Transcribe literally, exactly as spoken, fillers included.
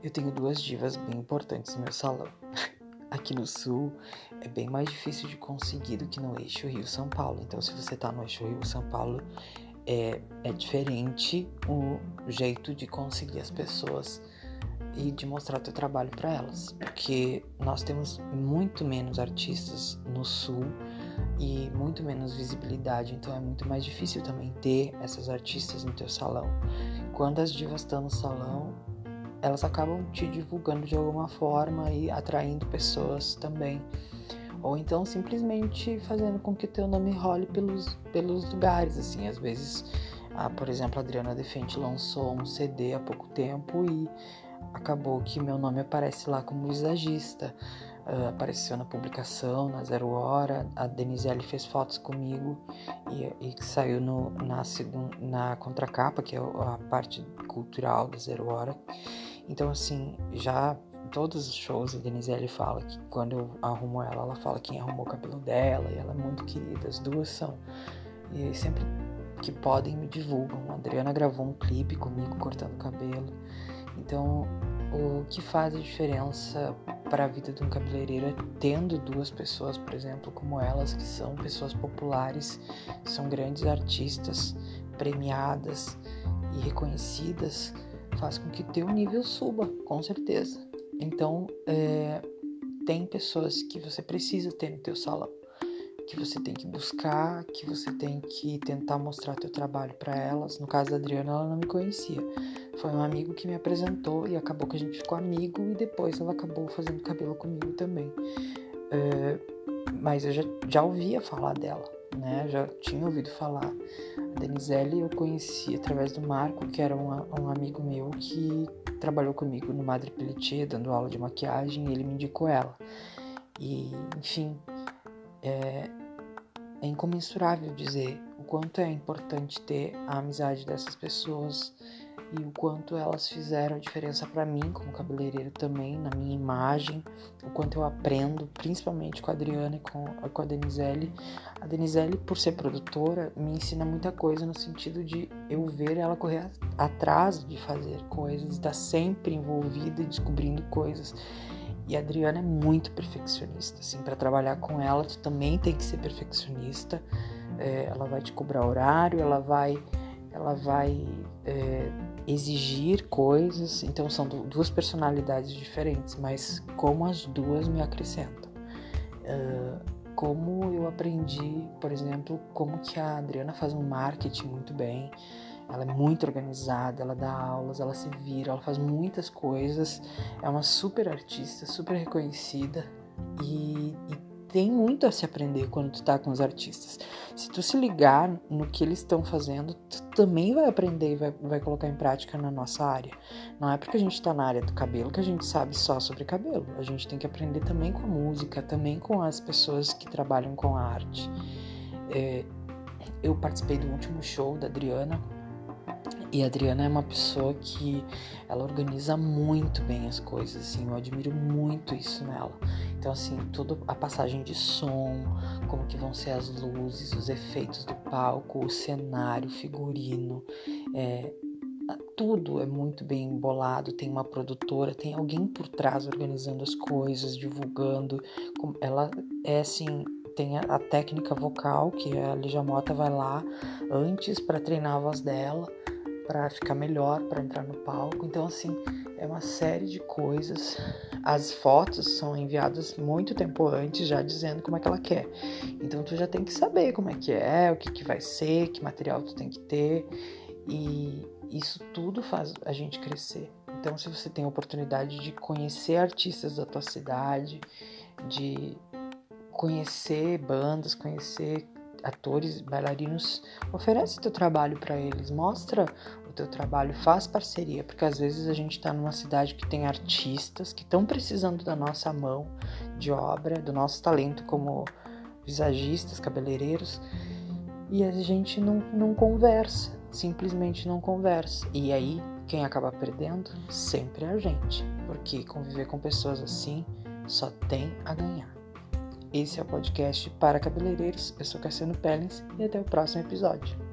Eu tenho duas divas bem importantes no meu salão. Aqui no Sul é bem mais difícil de conseguir do que no eixo Rio-São Paulo. Então, se você tá no eixo Rio-São Paulo, é, é diferente o jeito de conseguir as pessoas e de mostrar teu trabalho para elas. Porque nós temos muito menos artistas no Sul e muito menos visibilidade. Então, é muito mais difícil também ter essas artistas no teu salão. Quando as divas estão no salão, elas acabam te divulgando de alguma forma e atraindo pessoas também. Ou então simplesmente fazendo com que teu nome role pelos, pelos lugares, assim. Às vezes, a, por exemplo, a Adriana Defente lançou um C D há pouco tempo e acabou que meu nome aparece lá como visagista. Uh, apareceu na publicação, na Zero Hora. A Denizelle fez fotos comigo e, e saiu no, na, segun, na contracapa, que é a parte cultural da Zero Hora. Então, assim, já em todos os shows a Denizelle fala que quando eu arrumo ela, ela fala quem arrumou o cabelo dela, e ela é muito querida, as duas são. E sempre que podem me divulgam. A Adriana gravou um clipe comigo cortando o cabelo. Então, o que faz a diferença para a vida de um cabeleireiro é tendo duas pessoas, por exemplo, como elas, que são pessoas populares, são grandes artistas, premiadas e reconhecidas, faz com que teu nível suba, com certeza. Então, é, tem pessoas que você precisa ter no teu salão, que você tem que buscar, que você tem que tentar mostrar teu trabalho para elas. No caso da Adriana, ela não me conhecia. Foi um amigo que me apresentou e acabou que a gente ficou amigo e depois ela acabou fazendo cabelo comigo também. É, mas eu já, já ouvia falar dela, né? Já tinha ouvido falar. A Denizelle eu conheci através do Marco, que era um, um amigo meu que trabalhou comigo no Madre Pelletier, dando aula de maquiagem, e ele me indicou ela. E, enfim, é, é incomensurável dizer o quanto é importante ter a amizade dessas pessoas e o quanto elas fizeram a diferença para mim como cabeleireiro também, na minha imagem, o quanto eu aprendo, principalmente com a Adriana e com, com a Denizelle. A Denizelle, por ser produtora, me ensina muita coisa no sentido de eu ver ela correr atrás de fazer coisas, estar sempre envolvida e descobrindo coisas. E a Adriana é muito perfeccionista, assim, para trabalhar com ela tu também tem que ser perfeccionista. É, ela vai te cobrar horário, ela vai, ela vai é, exigir coisas, então são duas personalidades diferentes, mas como as duas me acrescentam. É, como eu aprendi, por exemplo, como que a Adriana faz um marketing muito bem. Ela é muito organizada, ela dá aulas, ela se vira, ela faz muitas coisas. É uma super artista, super reconhecida e, e tem muito a se aprender quando tu tá com os artistas. Se tu se ligar no que eles estão fazendo, tu também vai aprender e vai, vai colocar em prática na nossa área. Não é porque a gente tá na área do cabelo que a gente sabe só sobre cabelo. A gente tem que aprender também com a música, também com as pessoas que trabalham com a arte. É, eu participei do último show da Adriana. E a Adriana é uma pessoa que ela organiza muito bem as coisas, assim, eu admiro muito isso nela. Então, assim, toda a passagem de som, como que vão ser as luzes, os efeitos do palco, o cenário, o figurino, é, tudo é muito bem embolado, tem uma produtora, tem alguém por trás organizando as coisas, divulgando. Ela é, assim, tem a, a técnica vocal, que a Lígia Mota vai lá antes para treinar a voz dela, para ficar melhor, para entrar no palco. Então, assim, é uma série de coisas. As fotos são enviadas muito tempo antes, já dizendo como é que ela quer. Então, tu já tem que saber como é que é, o que, que vai ser, que material tu tem que ter. E isso tudo faz a gente crescer. Então, se você tem a oportunidade de conhecer artistas da tua cidade, de conhecer bandas, conhecer atores, bailarinos, oferece teu trabalho para eles, mostra o teu trabalho, faz parceria, porque às vezes a gente está numa cidade que tem artistas que estão precisando da nossa mão de obra, do nosso talento como visagistas, cabeleireiros, e a gente não, não conversa, simplesmente não conversa. E aí, quem acaba perdendo sempre é a gente, porque conviver com pessoas assim só tem a ganhar. Esse é o podcast para cabeleireiros. Eu sou Cassiano Pellens e até o próximo episódio.